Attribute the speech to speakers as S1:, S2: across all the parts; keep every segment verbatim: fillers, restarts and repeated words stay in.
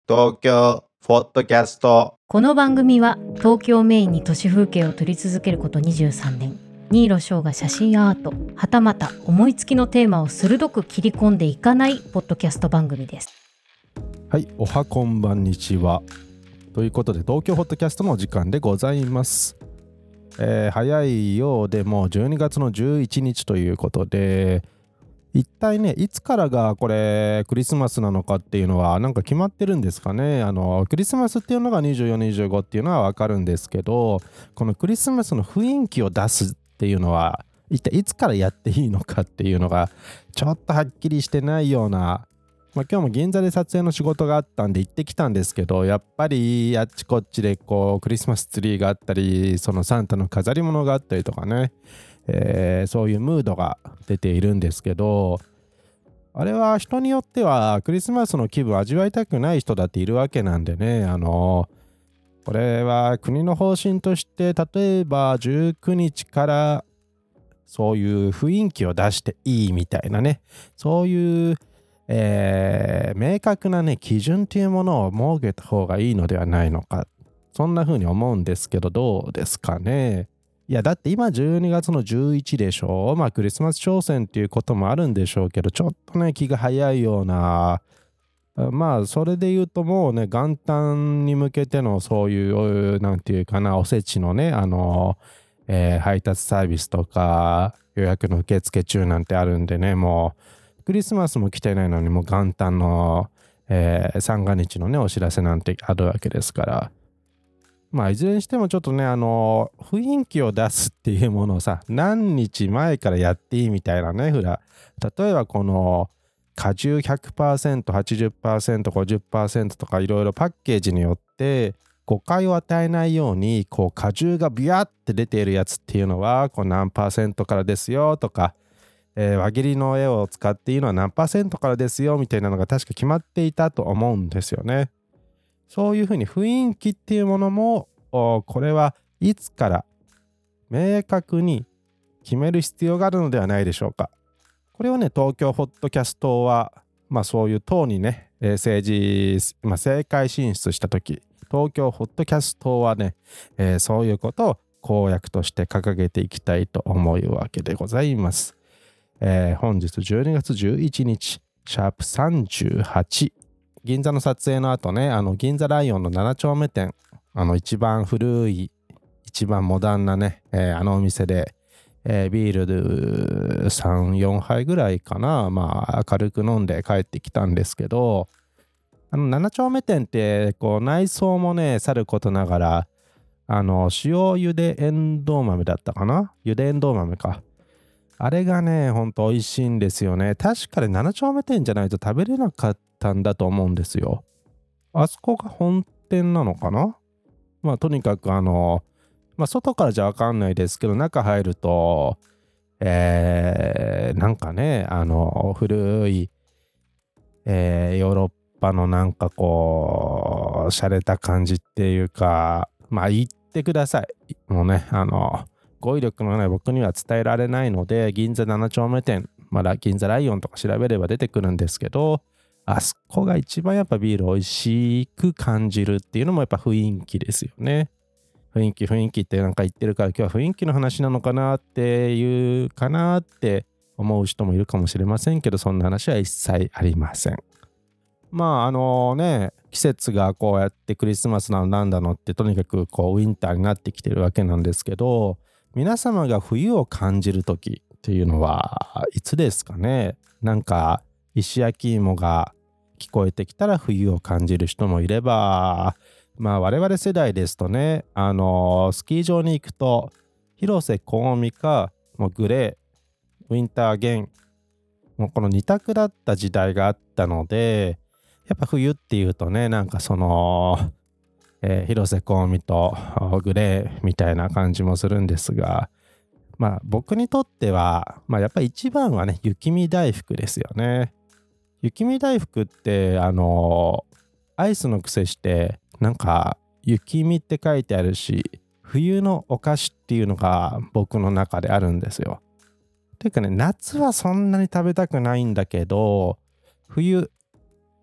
S1: 東京ポッドキャスト。
S2: この番組は東京をメインに都市風景を撮り続けることにじゅうさんねん、新納翔が写真アートはたまた思いつきのテーマを鋭く切り込んでいかないポッドキャスト番組です。
S3: はい、おはこんばんにちはということで、東京ポッドキャストのお時間でございます。えー、早いようでもうじゅうにがつのじゅういちにちということで、一体ねいつからがこれクリスマスなのかっていうのはなんか決まってるんですかね。あのクリスマスっていうのがにじゅうよ、にじゅうごっていうのはわかるんですけど、このクリスマスの雰囲気を出すっていうのは一体いつからやっていいのかっていうのがちょっとはっきりしてないような。まあ、今日も銀座で撮影の仕事があったんで行ってきたんですけど、やっぱりあっちこっちでこうクリスマスツリーがあったり、そのサンタの飾り物があったりとかね、えー、そういうムードが出ているんですけど、あれは人によってはクリスマスの気分を味わいたくない人だっているわけなんでね。あのこれは国の方針として、例えばじゅうくにちからそういう雰囲気を出していいみたいなね、そういう、えー、明確なね基準っていうものを設けた方がいいのではないのか、そんな風に思うんですけど、どうですかね。いやだって今じゅうにがつのじゅういちでしょ。まあクリスマス商戦っていうこともあるんでしょうけど、ちょっとね気が早いような。まあそれで言うともうね元旦に向けてのそういうなんていうかな、おせちのねあの、えー、配達サービスとか予約の受付中なんてあるんでね、もうクリスマスも来てないのにもう元旦の、えー、三が日のねお知らせなんてあるわけですから、まあいずれにしてもちょっとねあの雰囲気を出すっていうものをさ、何日前からやっていいみたいなね。ふら例えばこの果汁 ひゃくパーセント、はちじゅっパーセント、ごじゅっパーセント とかいろいろパッケージによって誤解を与えないように、こう果汁がビヤって出ているやつっていうのはこう何パーセントからですよとか、えー、輪切りの絵を使っていいのは何パーセントからですよみたいなのが確か決まっていたと思うんですよね。そういうふうに雰囲気っていうものもこれはいつから明確に決める必要があるのではないでしょうか。これをね東京ポッドキャストはまあそういう党にね、えー、政治、まあ、政界進出した時、東京ポッドキャストはね、えー、そういうことを公約として掲げていきたいと思うわけでございます。えー、本日じゅうにがつじゅういちにちシャープさんじゅうはち、銀座の撮影の後ね、あの銀座ライオンのなな丁目店、あの一番古い一番モダンなね、えー、あのお店で、えー、ビールさん、よんはいぐらいかな、まあ軽く飲んで帰ってきたんですけど、あのなな丁目店ってこう内装もねさることながら、あの塩茹でエンドウ豆だったかな、茹でエンドウ豆か、あれがねほんと美味しいんですよね。確かになな丁目店じゃないと食べれなかったんだと思うんですよ。あそこが本店なのかな。まあとにかくあのまあ外からじゃわかんないですけど、中入るとえー、なんかねあの古い、えー、ヨーロッパのなんかこう洒落た感じっていうか、まあ言ってください。もうねあの語彙力のない僕には伝えられないので、銀座なな丁目店、まあ、銀座ライオンとか調べれば出てくるんですけど、あそこが一番やっぱビール美味しく感じるっていうのもやっぱ雰囲気ですよね。雰囲気雰囲気ってなんか言ってるから今日は雰囲気の話なのかなっていうかなって思う人もいるかもしれませんけど、そんな話は一切ありません。まああのね季節がこうやってクリスマスなのなんだのってとにかくこうウィンターになってきてるわけなんですけど、皆様が冬を感じる時っていうのはいつですかね。なんか石焼き芋が聞こえてきたら冬を感じる人もいれば、まあ我々世代ですとね、あのー、スキー場に行くと広瀬香美かもうグレー、ウィンターゲン、もうこの二択だった時代があったので、やっぱ冬っていうとねなんかその、えー、広瀬香美とグレーみたいな感じもするんですが、まあ僕にとっては、まあ、やっぱり一番はね雪見大福ですよね。雪見大福ってあのー、アイスの癖してなんか雪見って書いてあるし、冬のお菓子っていうのが僕の中であるんですよ。ていうかね、夏はそんなに食べたくないんだけど、冬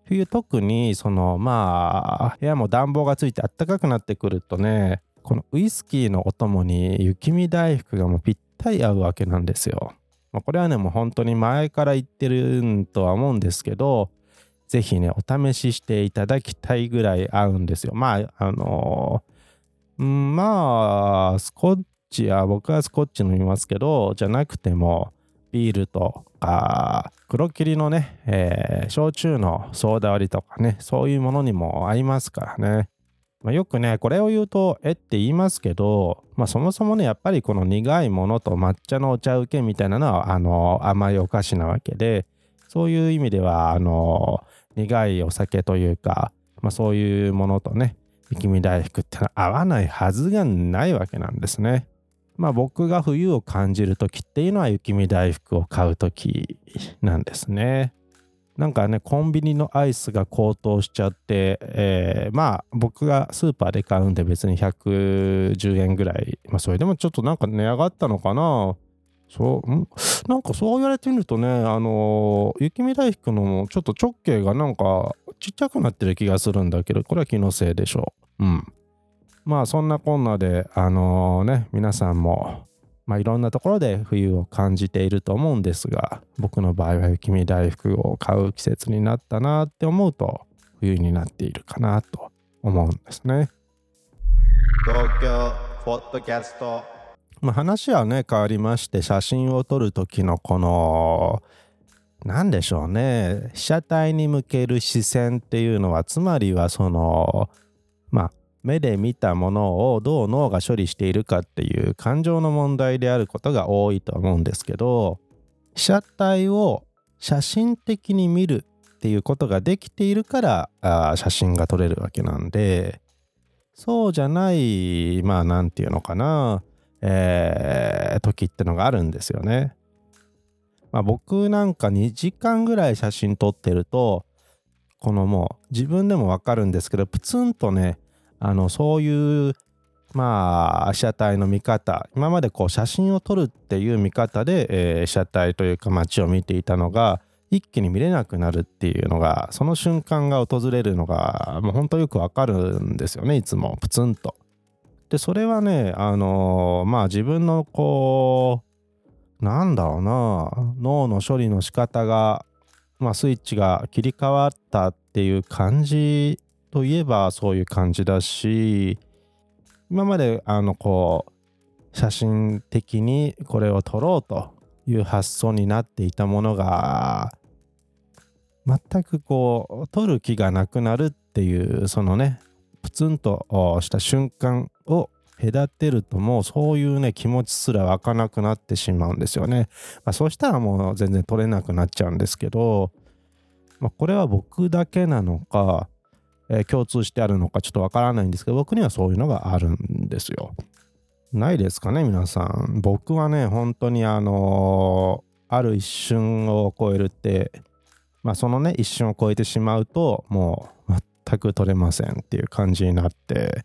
S3: 冬特にそのまあ部屋も暖房がついて暖かくなってくるとね、このウイスキーのお供に雪見大福がもうぴったり合うわけなんですよ。まあ、これはねもう本当に前から言ってるとは思うんですけど、ぜひねお試ししていただきたいぐらい合うんですよ。まああのーうん、まあスコッチや僕はスコッチ飲みますけど、じゃなくてもビールとか黒霧のね、えー焼酎のソーダ割りとかね、そういうものにも合いますからね。まあ、よくねこれを言うとえって言いますけど、まあ、そもそもねやっぱりこの苦いものと抹茶のお茶受けみたいなのはあの甘いお菓子なわけで、そういう意味ではあの苦いお酒というか、まあ、そういうものとね雪見大福ってのは合わないはずがないわけなんですね。まあ僕が冬を感じる時っていうのは雪見大福を買う時なんですね。なんかねコンビニのアイスが高騰しちゃって、えー、まあ僕がスーパーで買うんで別にひゃくじゅうえんぐらい、まあそれでもちょっとなんか値上がったのかな。そうんなんかそう言われてみるとね、あのー雪見大福のちょっと直径がなんかちっちゃくなってる気がするんだけど、これは気のせいでしょう。うん。まあそんなこんなであのね皆さんもまあいろんなところで冬を感じていると思うんですが、僕の場合は雪見大福を買う季節になったなって思うと冬になっているかなと思うんですね。
S1: 東京ポッドキャスト。
S3: まあ話はね変わりまして、写真を撮る時のこのなんでしょうね、被写体に向ける視線っていうのは、つまりはそのまあ目で見たものをどう脳が処理しているかっていう感情の問題であることが多いと思うんですけど、被写体を写真的に見るっていうことができているからあ写真が撮れるわけなんで、そうじゃないまあなんていうのかな、えー、時ってのがあるんですよね。まあ、僕なんかにじかんぐらい写真撮ってると、このもう自分でもわかるんですけど、プツンとねあのそういうまあ被写体の見方、今までこう写真を撮るっていう見方で、えー、被写体というか街を見ていたのが一気に見れなくなるっていうのが、その瞬間が訪れるのがもうほんとよくわかるんですよね、いつもプツンと。でそれはねあのー、まあ自分のこうなんだろうな、脳の処理の仕方がまあスイッチが切り替わったっていう感じといえばそういう感じだし、今まであのこう写真的にこれを撮ろうという発想になっていたものが全くこう撮る気がなくなるっていう、そのねプツンとした瞬間を隔てると、もうそういうね気持ちすら湧かなくなってしまうんですよね。まあ、そうしたらもう全然撮れなくなっちゃうんですけど、まあ、これは僕だけなのか、えー共通してあるのかちょっとわからないんですけど、僕にはそういうのがあるんですよ。ないですかね皆さん。僕はね本当にあのーある一瞬を超えるって、まあそのね一瞬を超えてしまうともう全く取れませんっていう感じになって、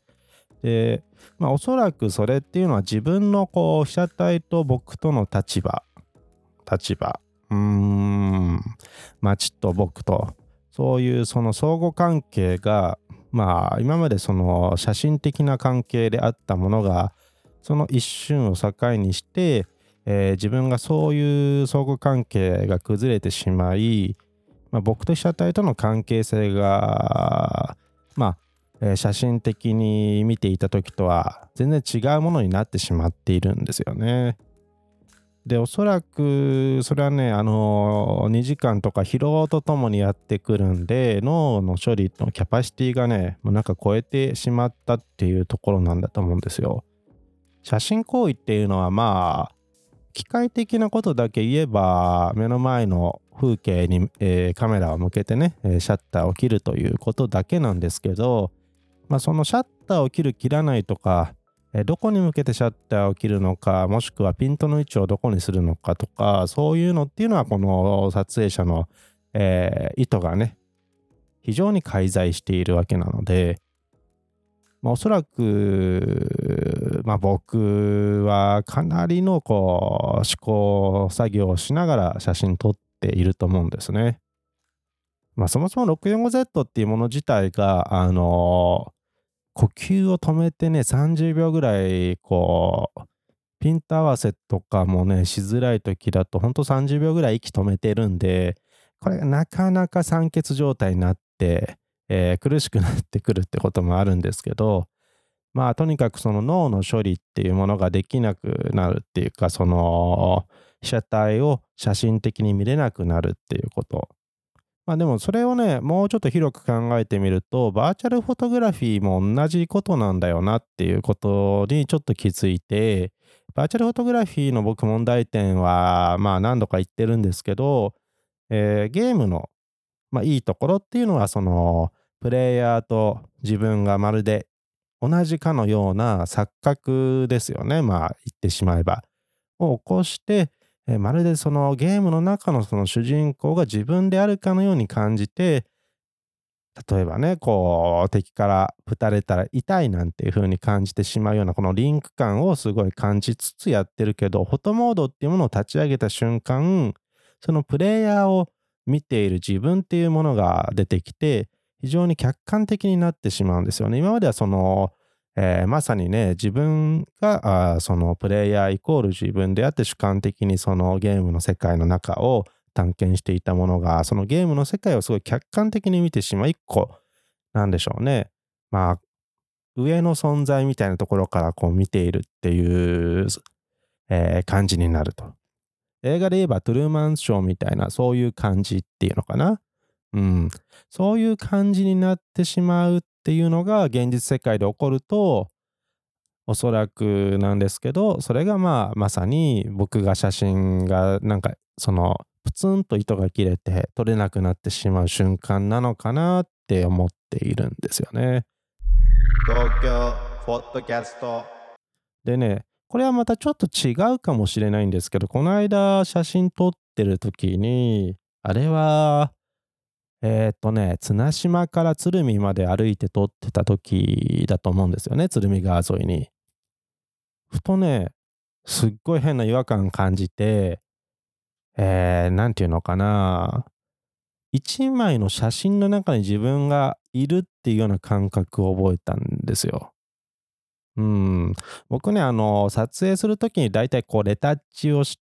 S3: でまあおそらくそれっていうのは自分のこう被写体と僕との立場立場うーん街と僕と、そういうその相互関係がまあ今までその写真的な関係であったものがその一瞬を境にして、えー自分がそういう相互関係が崩れてしまい、まあ、僕と被写体との関係性がまあ、えー写真的に見ていた時とは全然違うものになってしまっているんですよね。でおそらくそれはねあのーにじかんとか疲労とともにやってくるんで、脳の処理のキャパシティがねもうなんか超えてしまったっていうところなんだと思うんですよ。写真行為っていうのはまあ機械的なことだけ言えば目の前の風景に、えーカメラを向けてね、えーシャッターを切るということだけなんですけど、まあ、そのシャッターを切る切らないとか、えーどこに向けてシャッターを切るのか、もしくはピントの位置をどこにするのかとか、そういうのっていうのはこの撮影者の、えー意図がね非常に介在しているわけなので、まあ、おそらく、まあ、僕はかなりのこう試行作業をしながら写真撮っていると思うんですね。 まあそもそも ろくよんごゼット っていうもの自体が、あのー呼吸を止めてね、さんじゅうびょうぐらい、こう、ピント合わせとかもね、しづらい時だと、ほんとさんじゅうびょうぐらい息止めてるんで、これがなかなか酸欠状態になって、えー苦しくなってくるってこともあるんですけど、まあとにかくその脳の処理っていうものができなくなるっていうか、その被写体を写真的に見れなくなるっていうこと。まあでもそれをね、もうちょっと広く考えてみると、バーチャルフォトグラフィーも同じことなんだよなっていうことにちょっと気づいて、バーチャルフォトグラフィーの僕問題点は、まあ何度か言ってるんですけど、えーゲームの、まあ、いいところっていうのは、その、プレイヤーと自分がまるで同じかのような錯覚ですよね。まあ言ってしまえば。を起こして、えーまるでそのゲームの中のその主人公が自分であるかのように感じて、例えばね、こう敵から撃たれたら痛いなんていう風に感じてしまうようなこのリンク感をすごい感じつつやってるけど、フォトモードっていうものを立ち上げた瞬間、そのプレイヤーを見ている自分っていうものが出てきて、非常に客観的になってしまうんですよね。今まではその、えーまさにね、自分があーそのプレイヤーイコール自分であって主観的にそのゲームの世界の中を探検していたものが、そのゲームの世界をすごい客観的に見てしまう一個、なんでしょうね。まあ、上の存在みたいなところからこう見ているっていう、えー感じになると。映画で言えばトゥルーマンショーみたいな、そういう感じっていうのかな。うん。そういう感じになってしまうっていうのが現実世界で起こると、おそらくなんですけど、それがまあ、まさに僕が写真がなんか、その、プツンと糸が切れて撮れなくなってしまう瞬間なのかなって思っているんですよね。
S1: 東京ポッドキャスト
S3: でね、これはまたちょっと違うかもしれないんですけど、この間写真撮ってる時に、あれは、えーっとね、綱島から鶴見まで歩いて撮ってた時だと思うんですよね、鶴見川沿いに。ふとね、すっごい変な違和感感じて、えー、なんていうのかな、一枚の写真の中に自分がいるっていうような感覚を覚えたんですよ。うん。僕ね、あの、撮影するときにだいたいこうレタッチをして、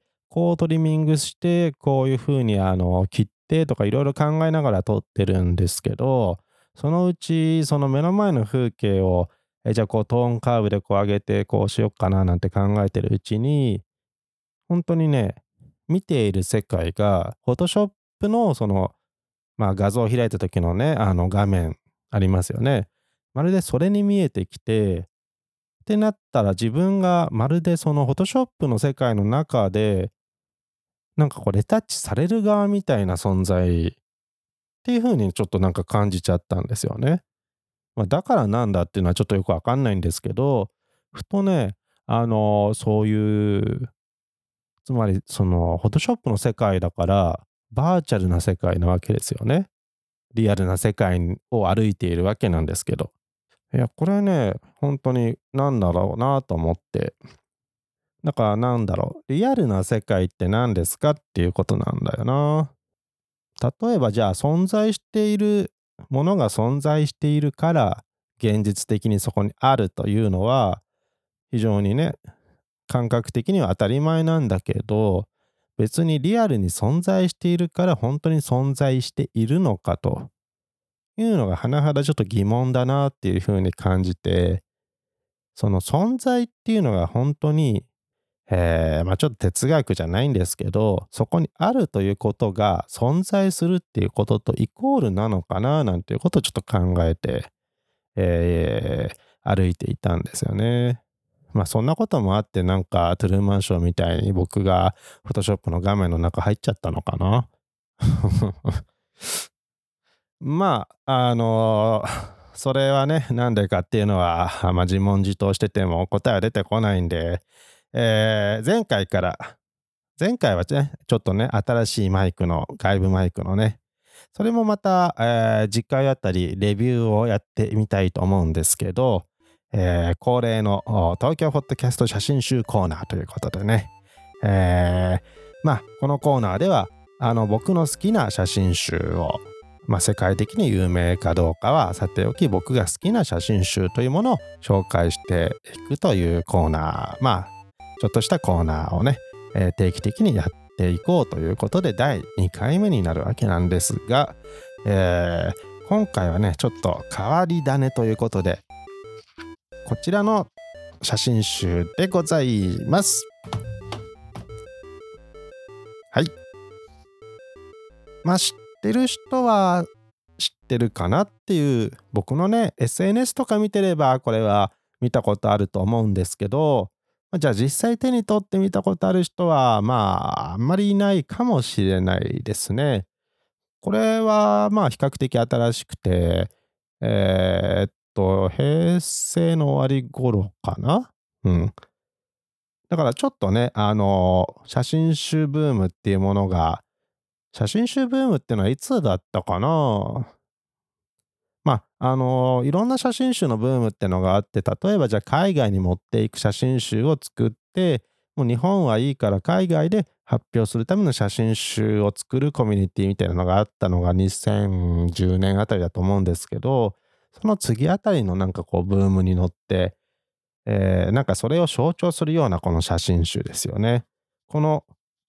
S3: こうトリミングして、こういう風にあの、切ってとかいろいろ考えながら撮ってるんですけど、そのうち、その目の前の風景を、え、じゃあこうトーンカーブでこう上げてこうしよっかななんて考えてるうちに、本当にね、見ている世界が、フォトショップのその、まあ、画像を開いた時のね、あの画面ありますよね。まるでそれに見えてきて、ってなったら自分がまるでそのフォトショップの世界の中で、なんかこうレタッチされる側みたいな存在っていう風にちょっとなんか感じちゃったんですよね。まあ、だからなんだっていうのはちょっとよくわかんないんですけど、ふとね、あの、そういう、つまりそのフォトショップの世界だから、バーチャルな世界なわけですよね。リアルな世界を歩いているわけなんですけど。いや、これね、本当になんだろうなと思って。だからなんだろう、リアルな世界って何ですかっていうことなんだよな。例えばじゃあ存在しているものが存在しているから現実的にそこにあるというのは非常にね、感覚的には当たり前なんだけど、別にリアルに存在しているから本当に存在しているのかというのが甚だちょっと疑問だなっていうふうに感じて、その存在っていうのが本当に、えー、まあちょっと哲学じゃないんですけど、そこにあるということが存在するっていうこととイコールなのかななんていうことをちょっと考えて、えー、歩いていたんですよね。まあそんなこともあってなんかトゥルーマンショーみたいに僕がフォトショップの画面の中入っちゃったのかな。まあ、あのーそれはね、なんでかっていうのは、まあ、自問自答してても答えは出てこないんで、えー前回から、前回はね、ちょっとね、新しいマイクの、外部マイクのね、それもまた、えー次回あたりレビューをやってみたいと思うんですけど、えー恒例のお東京ポッドキャスト写真集コーナーということでね、えーまあ、このコーナーでは、あの、僕の好きな写真集を、 まあ、世界的に有名かどうかはさておき、僕が好きな写真集というものを紹介していくというコーナー、まあちょっとしたコーナーをね、えー定期的にやっていこうということでだいにかいめになるわけなんですが、えー今回はねちょっと変わり種ということでこちらの写真集でございます。はい。まあ知ってる人は知ってるかなっていう、僕のね エスエヌエス とか見てればこれは見たことあると思うんですけど、まあじゃあ実際手に取って見たことある人はまああんまりいないかもしれないですね。これはまあ比較的新しくて、えーっと平成の終わり頃かな。うん。だからちょっとね、あの写真集ブームっていうものが、写真集ブームってのはいつだったかな。まあ、あのいろんな写真集のブームってのがあって、例えばじゃあ海外に持っていく写真集を作って、もう日本はいいから海外で発表するための写真集を作るコミュニティみたいなのがあったのがにせんじゅうねんあたりだと思うんですけど、その次あたりのなんかこうブームに乗って、えーなんかそれを象徴するようなこの写真集ですよね。この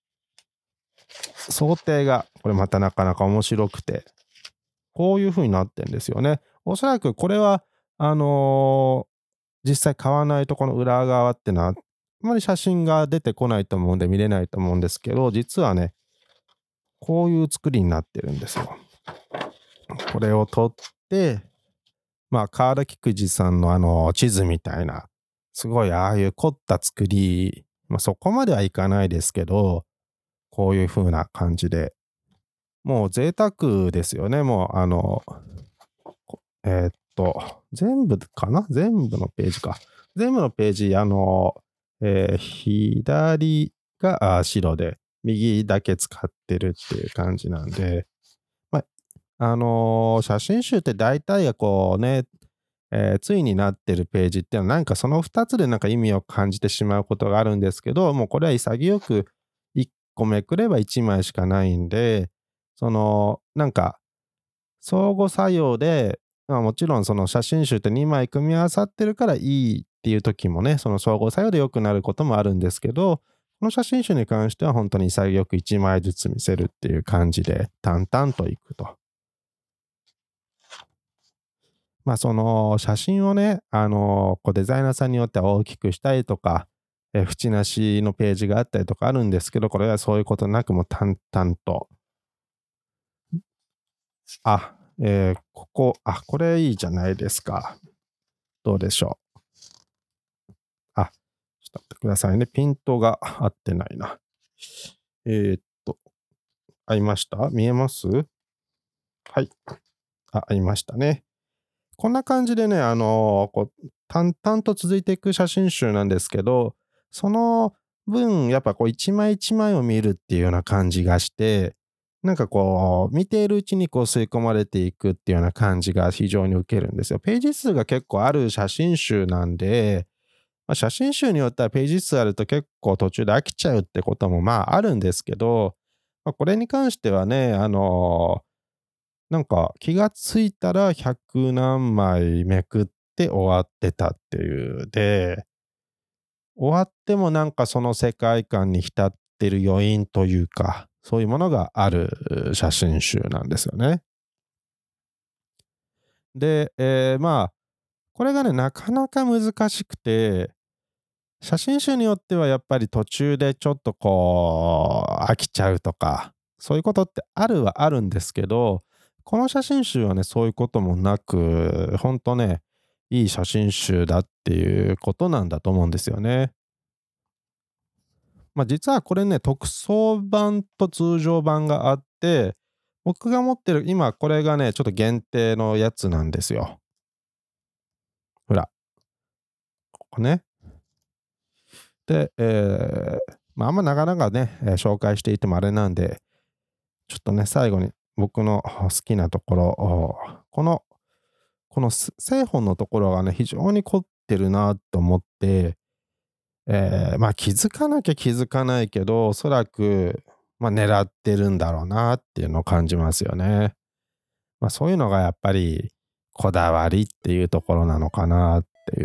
S3: 想定がこれまたなかなか面白くて、こういう風になってんですよね。おそらくこれはあのー実際買わないとこの裏側ってのはあまり写真が出てこないと思うんで見れないと思うんですけど、実はねこういう作りになってるんですよ。これを取ってまあ川田菊池さんのあの地図みたいなすごいああいう凝った作り、まあそこまではいかないですけど、こういう風な感じでもう贅沢ですよね。もうあのこえーっと全部かな全部のページか全部のページあの、えー左があ白で右だけ使ってるっていう感じなんで、まあ、あのー写真集って大体がこうね、えー、対になってるページっていうのはなんかそのふたつでなんか意味を感じてしまうことがあるんですけど、もうこれは潔くいっこめくればいちまいしかないんで、そのなんか相互作用で、まあ、もちろんその写真集ってにまい組み合わさってるからいいっていう時もね、その相互作用で良くなることもあるんですけど、この写真集に関しては本当に潔くいちまいずつ見せるっていう感じで淡々といくと。まあその写真をね、あのこうデザイナーさんによっては大きくしたりとか、え縁なしのページがあったりとかあるんですけど、これはそういうことなくもう淡々と。あ、えーここ、あ、これいいじゃないですか。どうでしょう。あ、ちょっと待ってくださいね。ピントが合ってないな。えーっと、合いました？見えます？はい。あ、合いましたね。こんな感じでね、あの、こう、淡々と続いていく写真集なんですけど、その分、やっぱこう一枚一枚を見るっていうような感じがして、なんかこう、見ているうちにこう吸い込まれていくっていうような感じが非常に受けるんですよ。ページ数が結構ある写真集なんで、まあ、写真集によってはページ数あると結構途中で飽きちゃうってこともまああるんですけど、まあ、これに関してはね、あのなんか気がついたらひゃく何枚めくって終わってたっていう。で、終わってもなんかその世界観に浸ってる余韻というか、そういうものがある写真集なんですよね。で、えーまあ、これがね、なかなか難しくて、写真集によってはやっぱり途中でちょっとこう飽きちゃうとか、そういうことってあるはあるんですけど、この写真集はね、そういうこともなく、ほんとね、いい写真集だっていうことなんだと思うんですよね。ま、実はこれね、特装版と通常版があって、僕が持ってる今これがね、ちょっと限定のやつなんですよ。ほら、ここね。で、えーまあ、あんまなかなかね、えー紹介していてもあれなんで、ちょっとね、最後に僕の好きなところ、おこの、このす製本のところがね、非常に凝ってるなと思って、えーまあ気づかなきゃ気づかないけど、おそらく、まあ狙ってるんだろうなっていうのを感じますよね。 まあそういうのがやっぱりこだわりっていうところなのかなっていう、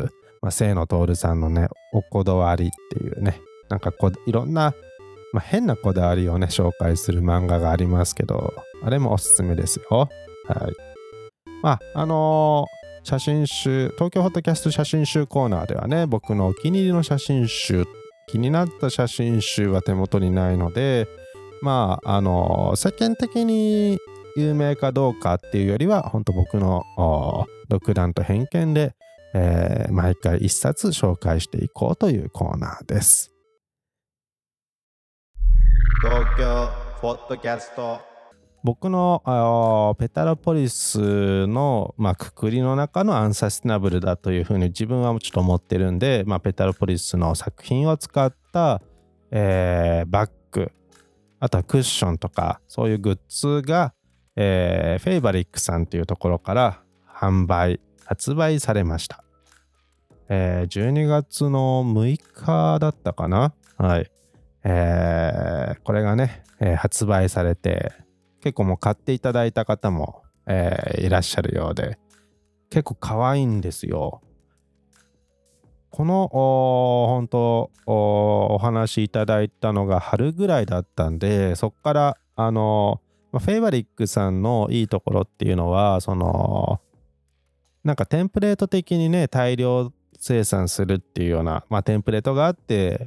S3: まあ、清野徹さんのね、おこだわりっていうね、なんかこいろんな、まあ、変なこだわりをね、紹介する漫画がありますけど、あれもおすすめですよ。はい。まあ、あのー写真集、東京ホットキャスト写真集コーナーではね、僕のお気に入りの写真集、気になった写真集は手元にないので、まあ、あのー世間的に有名かどうかっていうよりは、本当僕の独断と偏見で、えー毎回一冊紹介していこうというコーナーです。
S1: 東京ポッドキャスト。
S3: 僕のあペタロポリスの、まあ、くくりの中のアンサステナブルだというふうに自分はちょっと思ってるんで、まあ、ペタロポリスの作品を使った、えーバッグ、あとはクッションとかそういうグッズが、えーフェイバリックさんというところから販売発売されました。えーじゅうにがつのむいかだったかな。はい。えーこれがね、えー発売されて、結構もう買っていただいた方も、えーいらっしゃるようで、結構可愛いんですよ。このお本当 お, お話いただいたのが春ぐらいだったんで、そこからあの、まあ、フェイバリックさんのいいところっていうのは、そのなんかテンプレート的にね、大量生産するっていうような、まあ、テンプレートがあって、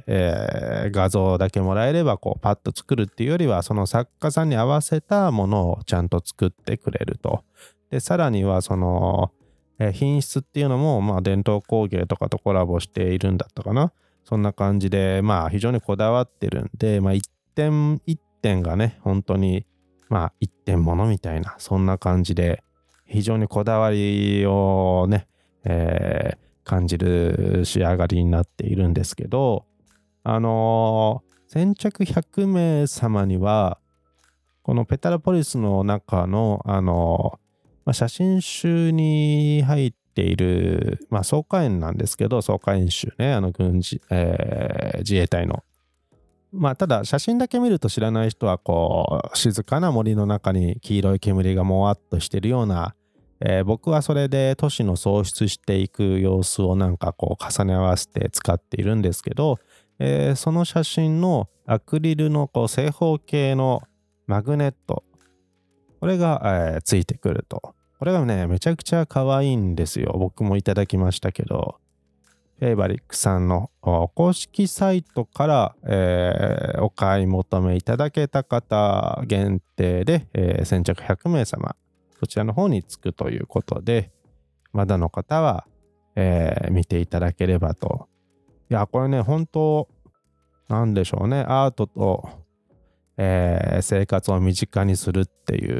S3: えー画像だけもらえればこうパッと作るっていうよりは、その作家さんに合わせたものをちゃんと作ってくれると。でさらにはその、えー品質っていうのも、まあ、伝統工芸とかとコラボしているんだったかな。そんな感じで、まあ非常にこだわってるんで、まあ、一点一点がね、本当にまあ一点ものみたいな、そんな感じで非常にこだわりをね、えー感じる仕上がりになっているんですけど、あのー先着ひゃくめい様には、このペタラポリスの中の、あのーまあ、写真集に入っている、まあ、草加園なんですけど、草加園集ね、あの軍事、えー自衛隊の。まあ、ただ写真だけ見ると知らない人はこう静かな森の中に黄色い煙がもわっとしてるような、えー僕はそれで都市の喪失していく様子をなんかこう重ね合わせて使っているんですけど、えーその写真のアクリルのこう正方形のマグネット、これが、えーついてくると。これがね、めちゃくちゃ可愛いんですよ。僕もいただきましたけど、フェイバリックさんの公式サイトから、えーお買い求めいただけた方限定で、えー先着ひゃくめい様、そちらの方につくということで、まだの方は、えー見ていただければと。いや、これね、本当なんでしょうね、アートと、えー生活を身近にするっていう、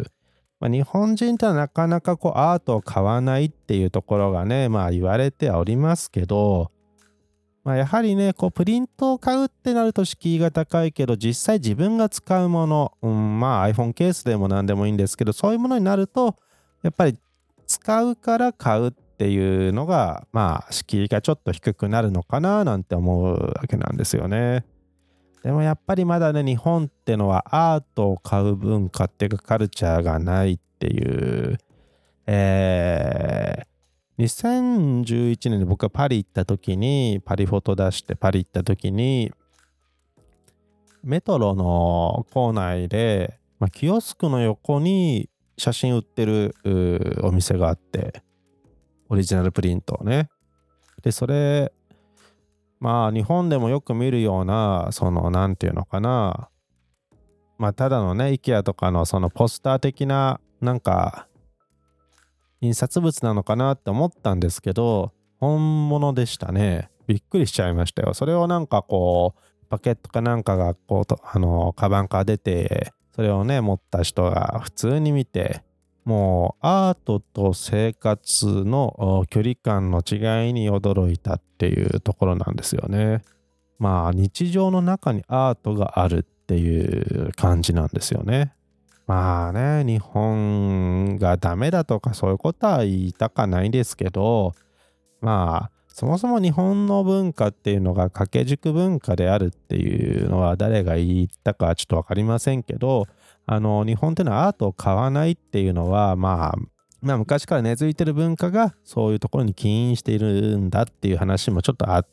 S3: まあ、日本人ってのはなかなかこうアートを買わないっていうところがね、まあ言われてはおりますけど、まあ、やはりね、こうプリントを買うってなると敷居が高いけど、実際自分が使うもの、うん、まあ iPhone ケースでも何でもいいんですけど、そういうものになると、やっぱり使うから買うっていうのが、まあ敷居がちょっと低くなるのかななんて思うわけなんですよね。でもやっぱりまだね、日本ってのはアートを買う文化っていうかカルチャーがないっていう、えーにせんじゅういちねんに僕がパリ行った時に、パリフォト出してパリ行った時に、メトロの構内で、まあ、キオスクの横に写真売ってるうお店があって、オリジナルプリントをね。で、それ、まあ日本でもよく見るような、そのなんていうのかな、まあただのね、IKEA とかのそのポスター的ななんか印刷物なのかなって思ったんですけど、本物でしたね。びっくりしちゃいましたよ。それをなんかこう、パケットかなんかがこうと、あの、カバンから出て、それをね、持った人が普通に見て、もうアートと生活の距離感の違いに驚いたっていうところなんですよね。まあ日常の中にアートがあるっていう感じなんですよね。まあね、日本がダメだとかそういうことは言いたかないですけど、まあそもそも日本の文化っていうのが掛け軸文化であるっていうのは誰が言ったかちょっとわかりませんけど、 あの日本っていうのはアートを買わないっていうのは、まあ、まあ昔から根付いてる文化がそういうところに起因しているんだっていう話もちょっとあって、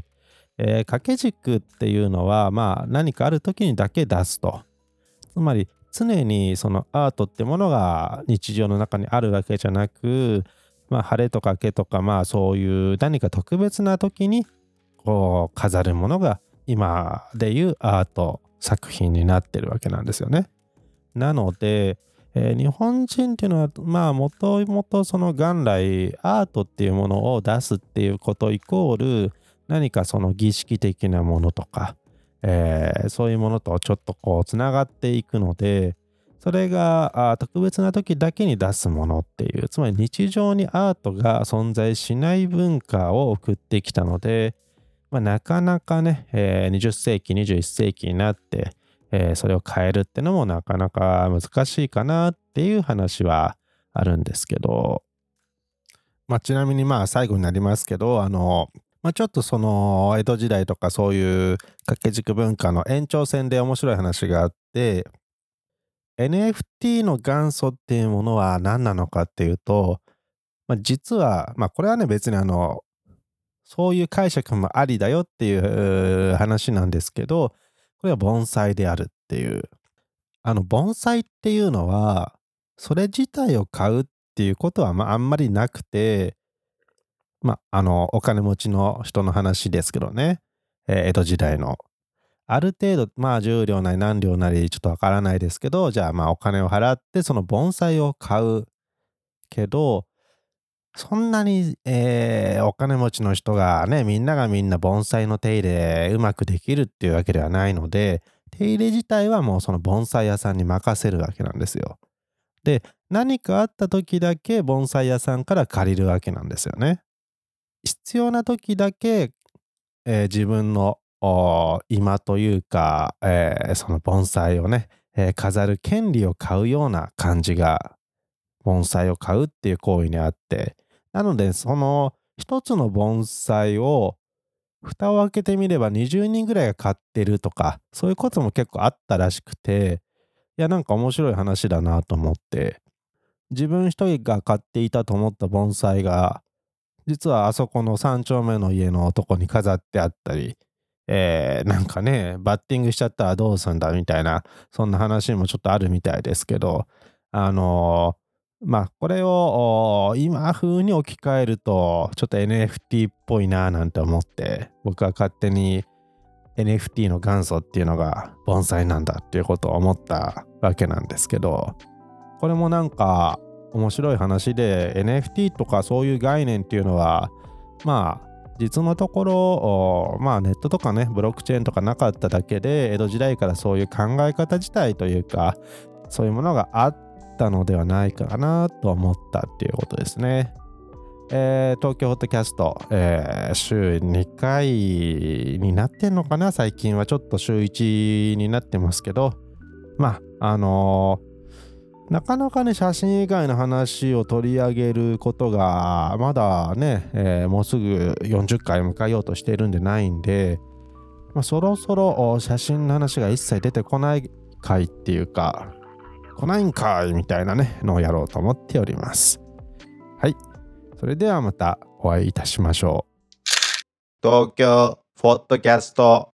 S3: えー掛け軸っていうのは、まあ何かある時にだけ出すと。つまり常にそのアートってものが日常の中にあるわけじゃなく、まあ晴れとかけとか、まあそういう何か特別な時にこう飾るものが今でいうアート作品になってるわけなんですよね。なので、えー日本人っていうのはまあもともとその元来アートっていうものを出すっていうことイコール何かその儀式的なものとか、えーそういうものとちょっとこうつながっていくので、それがあー特別な時だけに出すものっていう、つまり日常にアートが存在しない文化を送ってきたので、まあ、なかなかね、えーにじゅっ世紀にじゅういっ世紀になって、えーそれを変えるってのもなかなか難しいかなっていう話はあるんですけど、まあ、ちなみにまあ最後になりますけど、あの、まあ、ちょっとその江戸時代とかそういう掛け軸文化の延長線で面白い話があって、エヌエフティー の元祖っていうものは何なのかっていうと、まあ、実は、まあ、これはね別にあのそういう解釈もありだよっていう話なんですけど、これは盆栽であるっていう。あの盆栽っていうのは、それ自体を買うっていうことはまああんまりなくて、まあのお金持ちの人の話ですけどね、えー江戸時代の。ある程度、まあじゅう両なり何両なりちょっとわからないですけど、じゃあまあお金を払ってその盆栽を買うけど、そんなに、えーお金持ちの人がね、みんながみんな盆栽の手入れうまくできるっていうわけではないので、手入れ自体はもうその盆栽屋さんに任せるわけなんですよ。で、何かあった時だけ盆栽屋さんから借りるわけなんですよね。必要な時だけ、えー自分のお今というか、えーその盆栽をね、えー飾る権利を買うような感じが盆栽を買うっていう行為にあって、なのでその一つの盆栽を蓋を開けてみればにじゅうにんぐらいが買ってるとか、そういうことも結構あったらしくて、いやなんか面白い話だなと思って、自分一人が買っていたと思った盆栽が、実はあそこの三丁目の家のとこに飾ってあったり、えー、なんかね、バッティングしちゃったらどうすんだみたいな、そんな話もちょっとあるみたいですけど、あのーまあ、これをお今風に置き換えると、ちょっと エヌエフティー っぽいななんて思って、僕は勝手に エヌエフティー の元祖っていうのが盆栽なんだっていうことを思ったわけなんですけど、これもなんか面白い話で エヌエフティー とかそういう概念っていうのはまあ実のところおまあネットとかねブロックチェーンとかなかっただけで江戸時代からそういう考え方自体というかそういうものがあったのではないかなと思ったっていうことですね。えー東京ホットキャスト、えー週にかいになってんのかな。最近はちょっと週いちになってますけど、まああのーなかなかね、写真以外の話を取り上げることが、まだね、えーもうすぐよんじゅっかい迎えようとしているんでないんで、まあ、そろそろお写真の話が一切出てこない回っていうか、来ないんかいみたいなね、のをやろうと思っております。はい。それではまたお会いいたしましょう。
S1: 東京ポッドキャスト